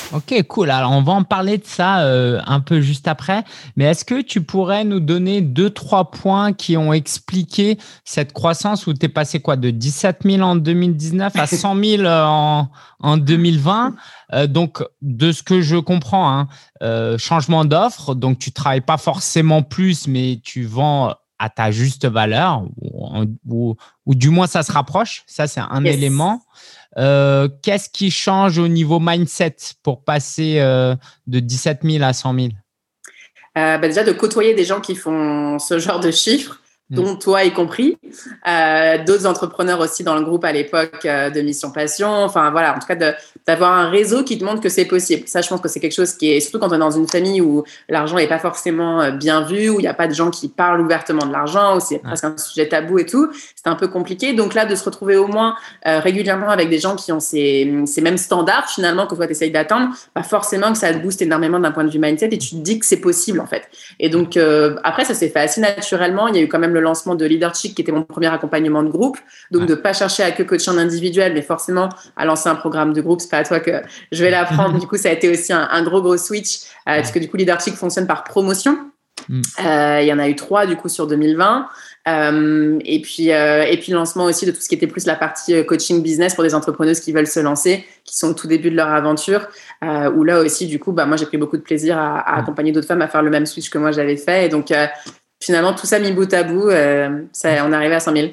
Ok, cool. Alors, on va en parler de ça euh, un peu juste après. Mais est-ce que tu pourrais nous donner deux, trois points qui ont expliqué cette croissance où tu es passé quoi, de dix-sept mille en deux mille dix-neuf à cent mille en, en deux mille vingt? Euh, donc, de ce que je comprends, hein, euh, changement d'offre. Donc, tu travailles pas forcément plus, mais tu vends à ta juste valeur ou, ou, ou du moins ça se rapproche. Ça, c'est un
Yes.
élément. Euh, qu'est-ce qui change au niveau mindset pour passer euh, de dix-sept mille à cent mille?
euh, bah Déjà, de côtoyer des gens qui font ce genre de chiffres, dont toi y compris, euh, d'autres entrepreneurs aussi dans le groupe à l'époque euh, de Mission Passion. Enfin, voilà, en tout cas, de, d'avoir un réseau qui te montre que c'est possible. Ça, je pense que c'est quelque chose qui est, surtout quand on est dans une famille où l'argent n'est pas forcément bien vu, où il n'y a pas de gens qui parlent ouvertement de l'argent, où c'est ouais. presque un sujet tabou et tout. C'est un peu compliqué. Donc là, de se retrouver au moins euh, régulièrement avec des gens qui ont ces, ces mêmes standards, finalement, que toi, tu essayes d'atteindre, bah forcément que ça te booste énormément d'un point de vue mindset et tu te dis que c'est possible, en fait. Et donc, euh, après, ça s'est fait assez naturellement. Il y a eu quand même le lancement de Leaderchick qui était mon premier accompagnement de groupe, donc ouais. de pas chercher à que coacher en individuel, mais forcément à lancer un programme de groupe. C'est pas à toi que je vais l'apprendre. Du coup, ça a été aussi un, un gros gros switch euh, ouais. parce que du coup Leaderchick fonctionne par promotion. Mm. Euh, il y en a eu trois du coup sur deux mille vingt. Euh, et puis euh, et puis lancement aussi de tout ce qui était plus la partie coaching business pour des entrepreneuses qui veulent se lancer, qui sont au tout début de leur aventure, euh, où là aussi du coup bah moi j'ai pris beaucoup de plaisir à, à accompagner d'autres femmes à faire le même switch que moi j'avais fait. Et donc euh, finalement, tout ça mis bout à bout, euh, ça, on est arrivé à cent mille.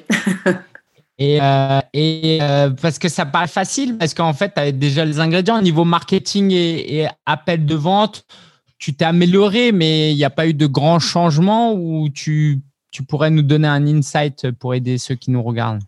Et, euh, et euh, parce que ça paraît facile, parce qu'en fait, tu avais déjà les ingrédients au niveau marketing et, et appel de vente. Tu t'es amélioré, mais il n'y a pas eu de grands changements où tu, tu pourrais nous donner un insight pour aider ceux qui nous regardent?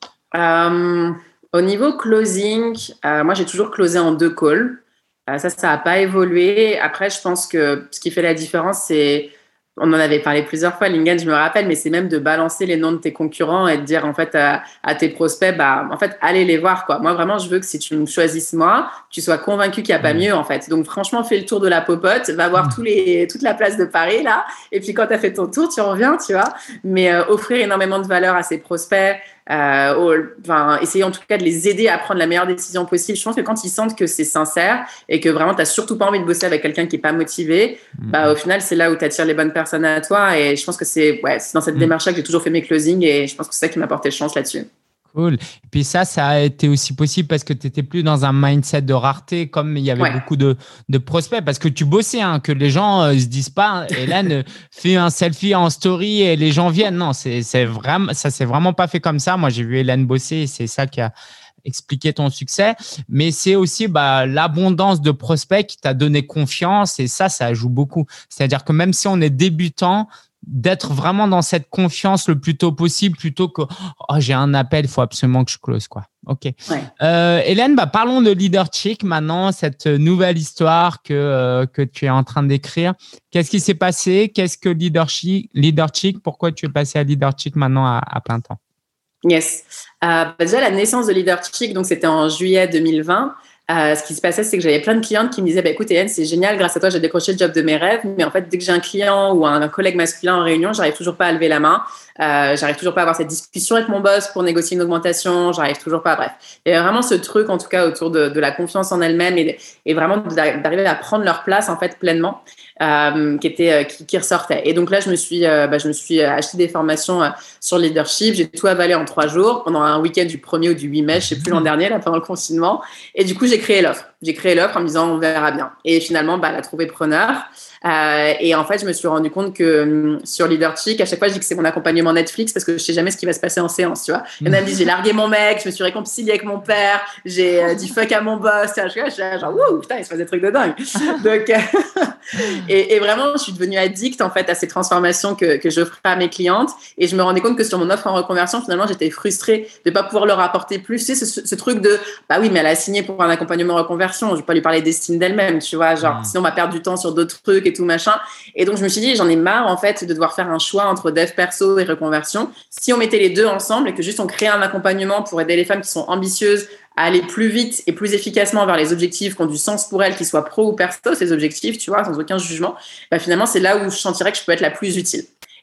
euh, Au niveau closing, euh, moi, j'ai toujours closé en deux calls. Euh, ça, ça n'a pas évolué. Après, je pense que ce qui fait la différence, c'est... On en avait parlé plusieurs fois, Lingen, je me rappelle, mais c'est même de balancer les noms de tes concurrents et de dire en fait à, à tes prospects, bah en fait allez les voir quoi. Moi vraiment, je veux que si tu me choisisses moi, tu sois convaincu qu'il n'y a pas mieux en fait. Donc franchement, fais le tour de la popote, va voir tous les toute la place de Paris là, et puis quand tu as fait ton tour, tu reviens, tu vois. Mais euh, offrir énormément de valeur à ses prospects. Euh, au, enfin, essayer en tout cas de les aider à prendre la meilleure décision possible. Je pense que quand ils sentent que c'est sincère et que vraiment tu n'as surtout pas envie de bosser avec quelqu'un qui n'est pas motivé, mmh. bah, au final, c'est là où tu attires les bonnes personnes à toi. Et je pense que c'est, ouais, c'est dans cette mmh. démarche-là que j'ai toujours fait mes closings et je pense que c'est ça qui m'a porté chance là-dessus.
Cool. Et puis ça, ça a été aussi possible parce que tu n'étais plus dans un mindset de rareté comme il y avait ouais. beaucoup de, de prospects parce que tu bossais, hein, que les gens ne euh, se disent pas, Hélène fait un selfie en story et les gens viennent. Non, c'est, c'est vraiment, ça ne s'est vraiment pas fait comme ça. Moi, j'ai vu Hélène bosser et c'est ça qui a expliqué ton succès. Mais c'est aussi bah, l'abondance de prospects qui t'a donné confiance et ça, ça joue beaucoup. C'est-à-dire que même si on est débutant, d'être vraiment dans cette confiance le plus tôt possible plutôt que oh, j'ai un appel, il faut absolument que je close quoi. Ok. Ouais. Euh, Hélène, bah, parlons de Leaderchick maintenant, cette nouvelle histoire que, euh, que tu es en train d'écrire. Qu'est-ce qui s'est passé? Qu'est-ce que Leaderchick? Leaderchick, pourquoi tu es passé à Leaderchick maintenant à, à plein temps?
Yes. Euh, bah déjà, la naissance de Leaderchick, donc c'était en juillet deux mille vingt. Euh, ce qui se passait, c'est que j'avais plein de clientes qui me disaient bah, « Écoute, Hélène, c'est génial, grâce à toi, j'ai décroché le job de mes rêves. Mais en fait, dès que j'ai un client ou un, un collègue masculin en réunion, j'arrive toujours pas à lever la main. Euh, j'arrive toujours pas à avoir cette discussion avec mon boss pour négocier une augmentation. J'arrive toujours pas. Bref, il y a vraiment ce truc, en tout cas, autour de, de la confiance en elle-même et, et vraiment d'arriver à prendre leur place en fait pleinement, euh, qui était euh, qui, qui ressortait. Et donc là, je me suis, euh, bah, je me suis acheté des formations euh, sur le leadership. J'ai tout avalé en trois jours pendant un week-end du premier ou du huit mai, je sais plus l'an dernier, là pendant le confinement. Et du coup, j'ai créé l'offre. J'ai créé l'offre en me disant on verra bien. Et finalement, bah, elle a trouvé preneur. Euh, et en fait, je me suis rendu compte que hum, sur Leaderchick, à chaque fois, je dis que c'est mon accompagnement Netflix parce que je sais jamais ce qui va se passer en séance, tu vois. Il y en a qui disent j'ai largué mon mec, je me suis réconciliée avec mon père, j'ai euh, dit fuck à mon boss. Je suis genre wouh, putain, il se passe des trucs de dingue. Donc, euh, et, et vraiment, je suis devenue addict en fait à ces transformations que que je ferai à mes clientes. Et je me rendais compte que sur mon offre en reconversion, finalement, j'étais frustrée de pas pouvoir leur apporter plus. Tu sais, ce, ce truc de bah oui, mais elle a signé pour un accompagnement en reconversion. Je vais pas lui parler d'estime d'elle-même, tu vois. Genre, mmh. sinon, on va perdre du temps sur d'autres trucs et tout machin. Et donc, je me suis dit, j'en ai marre, en fait, de devoir faire un choix entre dev perso et reconversion. Si on mettait les deux ensemble et que juste on créait un accompagnement pour aider les femmes qui sont ambitieuses à aller plus vite et plus efficacement vers les objectifs qui ont du sens pour elles, qu'ils soient pro ou perso, ces objectifs, tu vois, sans aucun jugement, bah, finalement, c'est là où je sentirais que je peux être la plus utile.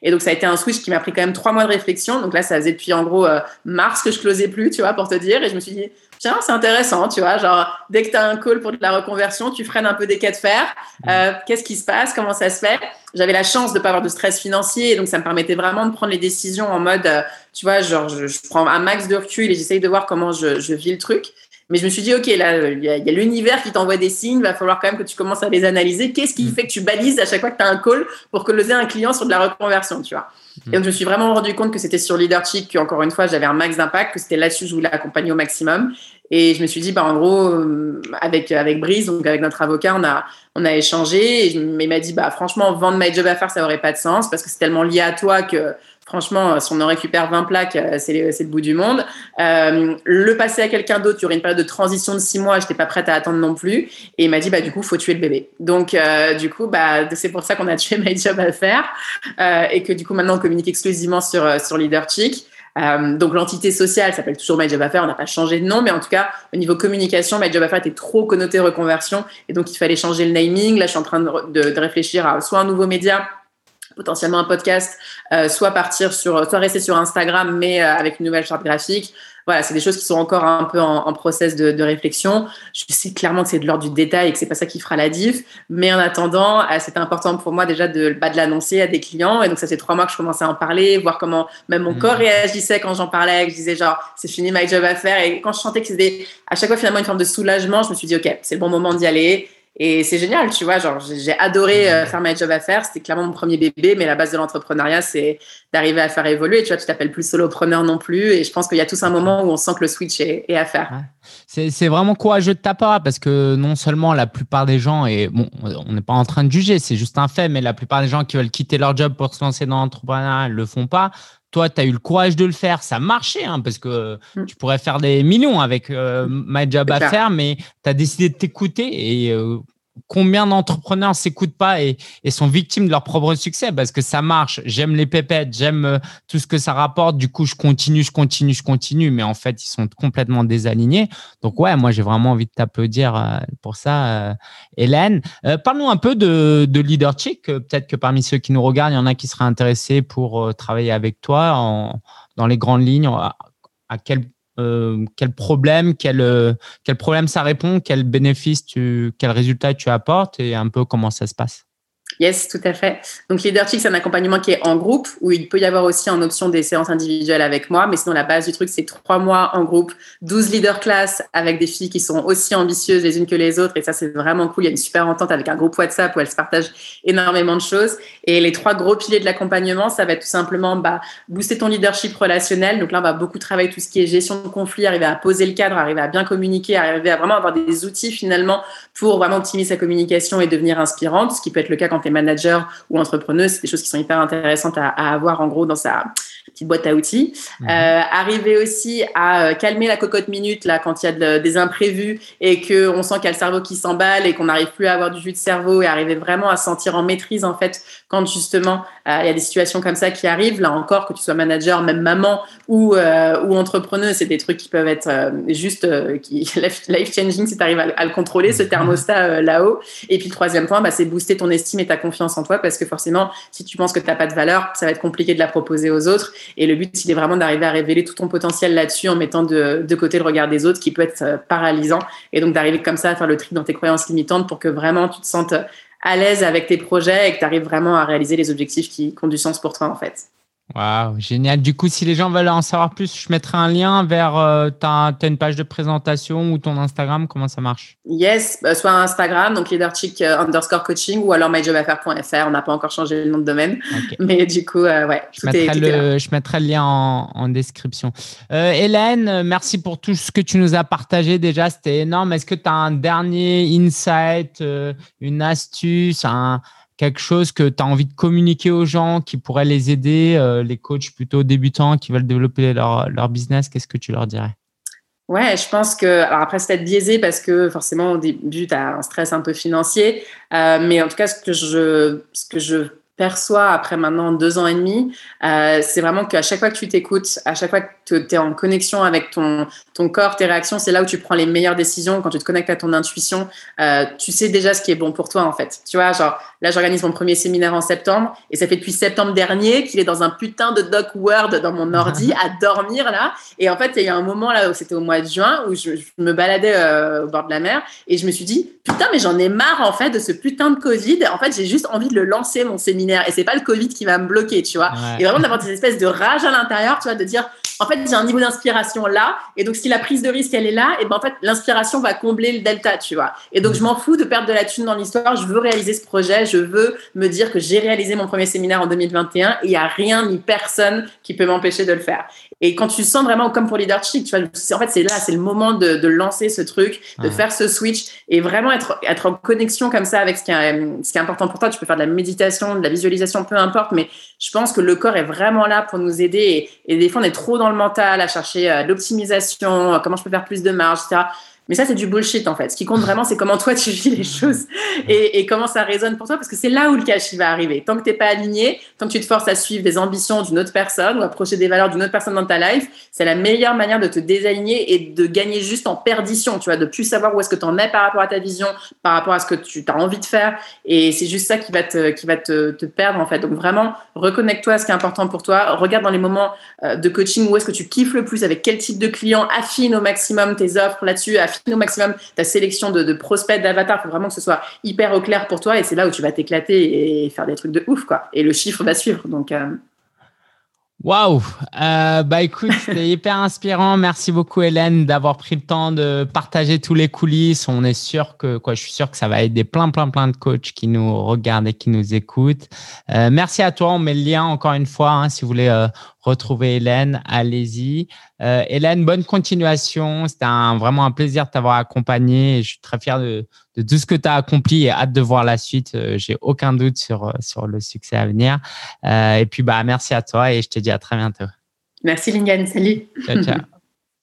Et donc, ça a été un switch qui m'a pris quand même trois mois de réflexion. Donc là, ça faisait depuis en gros euh, mars que je closais plus, tu vois, pour te dire. Et je me suis dit, tiens, c'est intéressant, tu vois, genre, dès que tu as un call pour de la reconversion, tu freines un peu des cas de fer. Euh, qu'est-ce qui se passe? Comment ça se fait? J'avais la chance de pas avoir de stress financier. Et donc, ça me permettait vraiment de prendre les décisions en mode, euh, tu vois, genre, je, je prends un max de recul et j'essaye de voir comment je, je vis le truc. Mais je me suis dit, OK, là, il y a, y a l'univers qui t'envoie des signes, il va falloir quand même que tu commences à les analyser. Qu'est-ce qui fait que tu balises à chaque fois que tu as un call pour closer un client sur de la reconversion, tu vois? Et donc, je me suis vraiment rendu compte que c'était sur Leaderchick qu'encore une fois, j'avais un max d'impact, que c'était là-dessus que je voulais accompagner au maximum. Et je me suis dit, bah, en gros, avec, avec Brice, donc avec notre avocat, on a, on a échangé. Et je, il m'a dit, bah, franchement, vendre My Job Affaires, ça n'aurait pas de sens parce que c'est tellement lié à toi que franchement, si on en récupère vingt plaques, c'est, c'est le bout du monde. Euh, le passer à quelqu'un d'autre, il y aurait une période de transition de six mois, je n'étais pas prête à attendre non plus. Et il m'a dit, bah, du coup, il faut tuer le bébé. Donc, euh, du coup, bah, c'est pour ça qu'on a tué My Job Affaires euh, et que du coup, maintenant, on communique exclusivement sur, sur Leaderchick. Euh, donc, l'entité sociale s'appelle toujours My Job Affaires, on n'a pas changé de nom, mais en tout cas, au niveau communication, My Job Affaires était trop connoté reconversion et donc il fallait changer le naming. Là, je suis en train de, de, de réfléchir à soit un nouveau média, potentiellement un podcast, euh, soit partir sur, soit rester sur Instagram, mais euh, avec une nouvelle charte graphique. Voilà, c'est des choses qui sont encore un peu en, en process de, de réflexion. Je sais clairement que c'est de l'ordre du détail et que c'est pas ça qui fera la diff. Mais en attendant, euh, c'était important pour moi déjà de, bah, de l'annoncer à des clients. Et donc, ça fait trois mois que je commençais à en parler, voir comment même mon mmh. corps réagissait quand j'en parlais, que je disais genre, c'est fini My Job Affaires. Et quand je sentais que c'était à chaque fois finalement une forme de soulagement, je me suis dit, OK, c'est le bon moment d'y aller. Et c'est génial, tu vois, genre j'ai adoré euh, faire My Job Affaires, c'était clairement mon premier bébé, mais la base de l'entrepreneuriat, c'est d'arriver à faire évoluer. Tu vois, tu t'appelles plus solopreneur non plus, et je pense qu'il y a tous un moment où on sent que le switch est, est à faire.
Ouais. C'est, c'est vraiment courageux de ta part, parce que non seulement la plupart des gens, et bon, on n'est pas en train de juger, c'est juste un fait, mais la plupart des gens qui veulent quitter leur job pour se lancer dans l'entrepreneuriat ne le font pas. Toi, tu as eu le courage de le faire. Ça marchait, hein, parce que mm. tu pourrais faire des millions avec euh, My Job Affaires, mais tu as décidé de t'écouter. Et euh, combien d'entrepreneurs ne s'écoutent pas et, et sont victimes de leur propre succès parce que ça marche. J'aime les pépettes, j'aime euh, tout ce que ça rapporte. Du coup, je continue, je continue, je continue. Mais en fait, ils sont complètement désalignés. Donc, ouais, moi, j'ai vraiment envie de t'applaudir euh, pour ça, euh, Hélène. Euh, parle-nous un peu de, de Leaderchick. Peut-être que parmi ceux qui nous regardent, il y en a qui seraient intéressés pour euh, travailler avec toi en, dans les grandes lignes. À, à quel Euh, quel problème, quel, euh, quel problème ça répond, quel bénéfice, tu, quel résultat tu apportes et un peu comment ça se passe.
Yes, tout à fait. Donc, Leaderchick, c'est un accompagnement qui est en groupe où il peut y avoir aussi en option des séances individuelles avec moi. Mais sinon, la base du truc, c'est trois mois en groupe, douze leader class avec des filles qui sont aussi ambitieuses les unes que les autres. Et ça, c'est vraiment cool. Il y a une super entente avec un groupe WhatsApp où elles se partagent énormément de choses. Et les trois gros piliers de l'accompagnement, ça va être tout simplement bah, booster ton leadership relationnel. Donc là, on va beaucoup travailler tout ce qui est gestion de conflit, arriver à poser le cadre, arriver à bien communiquer, arriver à vraiment avoir des outils finalement pour vraiment optimiser sa communication et devenir inspirante, ce qui peut être le cas quand tu es manager ou entrepreneuse. C'est des choses qui sont hyper intéressantes à, à avoir en gros dans sa petite boîte à outils. Mmh. Euh, arriver aussi à calmer la cocotte minute là, quand il y a de, des imprévus et qu'on sent qu'il y a le cerveau qui s'emballe et qu'on n'arrive plus à avoir du jus de cerveau et arriver vraiment à se sentir en maîtrise en fait quand justement euh, il y a des situations comme ça qui arrivent. Là encore, que tu sois manager, même maman ou, euh, ou entrepreneuse, c'est des trucs qui peuvent être euh, juste euh, qui, life-changing si tu arrives à, à le contrôler, ce thermostat euh, là-haut. Et puis le troisième point, bah, c'est booster ton estime et ta confiance en toi parce que forcément, si tu penses que tu n'as pas de valeur, ça va être compliqué de la proposer aux autres. Et le but, il est vraiment d'arriver à révéler tout ton potentiel là-dessus en mettant de, de côté le regard des autres qui peut être euh, paralysant. Et donc d'arriver comme ça à faire le tri dans tes croyances limitantes pour que vraiment tu te sentes à l'aise avec tes projets et que tu arrives vraiment à réaliser les objectifs qui, qui ont du sens pour toi en fait.
Waouh, génial. Du coup, si les gens veulent en savoir plus, je mettrai un lien vers euh, ta, ta une page de présentation ou ton Instagram. Comment ça marche?
Yes, bah, soit Instagram, donc leaderchick euh, underscore coaching ou alors my job affaires point f r. On n'a pas encore changé le nom de domaine. Okay. Mais du coup, euh, ouais,
je mettrai, est, le, je mettrai le lien en, en description. Euh, Hélène, merci pour tout ce que tu nous as partagé. Déjà, c'était énorme. Est-ce que tu as un dernier insight, euh, une astuce, un... quelque chose que tu as envie de communiquer aux gens qui pourrait les aider, euh, les coachs plutôt débutants qui veulent développer leur, leur business, qu'est-ce que tu leur dirais?
Ouais, je pense que, alors après, c'est peut-être biaisé parce que forcément, au début, tu as un stress un peu financier. Euh, mais en tout cas, ce que je, ce que je perçois après maintenant deux ans et demi, euh, c'est vraiment qu'à chaque fois que tu t'écoutes, à chaque fois que tu es en connexion avec ton, ton corps, tes réactions, c'est là où tu prends les meilleures décisions. Quand tu te connectes à ton intuition, euh, tu sais déjà ce qui est bon pour toi, en fait. Tu vois, genre, là, j'organise mon premier séminaire en septembre et ça fait depuis septembre dernier qu'il est dans un putain de doc Word dans mon ordi à dormir, là. Et en fait, il y a un moment, là, où c'était au mois de juin, où je, je me baladais euh, au bord de la mer et je me suis dit, putain, mais j'en ai marre, en fait, de ce putain de Covid. En fait, j'ai juste envie de le lancer, mon séminaire. Et c'est pas le Covid qui va me bloquer, tu vois. Ouais. Et vraiment d'avoir des espèces de rage à l'intérieur, tu vois, de dire, en fait, j'ai un niveau d'inspiration là. Et donc, si la prise de risque, elle est là, et ben, en fait, l'inspiration va combler le delta, tu vois. Et donc, je m'en fous de perdre de la thune dans l'histoire. Je veux réaliser ce projet. Je veux me dire que j'ai réalisé mon premier séminaire en deux mille vingt et un et il n'y a rien ni personne qui peut m'empêcher de le faire. Et quand tu sens vraiment, comme pour Leadership, tu vois, en fait, c'est là, c'est le moment de, de lancer ce truc, de ouais. faire ce switch et vraiment être, être en connexion comme ça avec ce qui, est, ce qui est important pour toi. Tu peux faire de la méditation, de la visualisation, peu importe, mais je pense que le corps est vraiment là pour nous aider. Et, et des fois, on est trop dans le mental à chercher euh, l'optimisation, euh, comment je peux faire plus de marge, et cetera. Mais ça, c'est du bullshit, en fait. Ce qui compte vraiment, c'est comment toi, tu vis les choses et, et comment ça résonne pour toi, parce que c'est là où le cash, il va arriver. Tant que t'es pas aligné, tant que tu te forces à suivre des ambitions d'une autre personne ou à approcher des valeurs d'une autre personne dans ta life, c'est la meilleure manière de te désaligner et de gagner juste en perdition, tu vois, de plus savoir où est-ce que tu en es par rapport à ta vision, par rapport à ce que tu as envie de faire. Et c'est juste ça qui va te, qui va te, te perdre, en fait. Donc vraiment, reconnecte-toi à ce qui est important pour toi. Regarde dans les moments de coaching où est-ce que tu kiffes le plus, avec quel type de client, affine au maximum tes offres là-dessus, affine au maximum ta sélection de, de prospects, d'avatars. Il faut vraiment que ce soit hyper au clair pour toi et c'est là où tu vas t'éclater et faire des trucs de ouf, quoi. Et le chiffre va suivre. Donc, euh...
Waouh! Euh, bah écoute, c'était hyper inspirant. Merci beaucoup, Hélène, d'avoir pris le temps de partager tous les coulisses. On est sûr que, quoi, je suis sûr que ça va aider plein, plein, plein de coachs qui nous regardent et qui nous écoutent. Euh, merci à toi. On met le lien encore une fois, hein, si vous voulez euh, retrouver Hélène, allez-y. Euh, Hélène, bonne continuation. C'était un, vraiment un plaisir de t'avoir accompagné. Et je suis très fier de, de tout ce que tu as accompli et hâte de voir la suite. Euh, j'ai aucun doute sur, sur le succès à venir. Euh, et puis, bah, merci à toi et je te dis à très bientôt.
Merci, Lingane. Salut.
Ciao, ciao.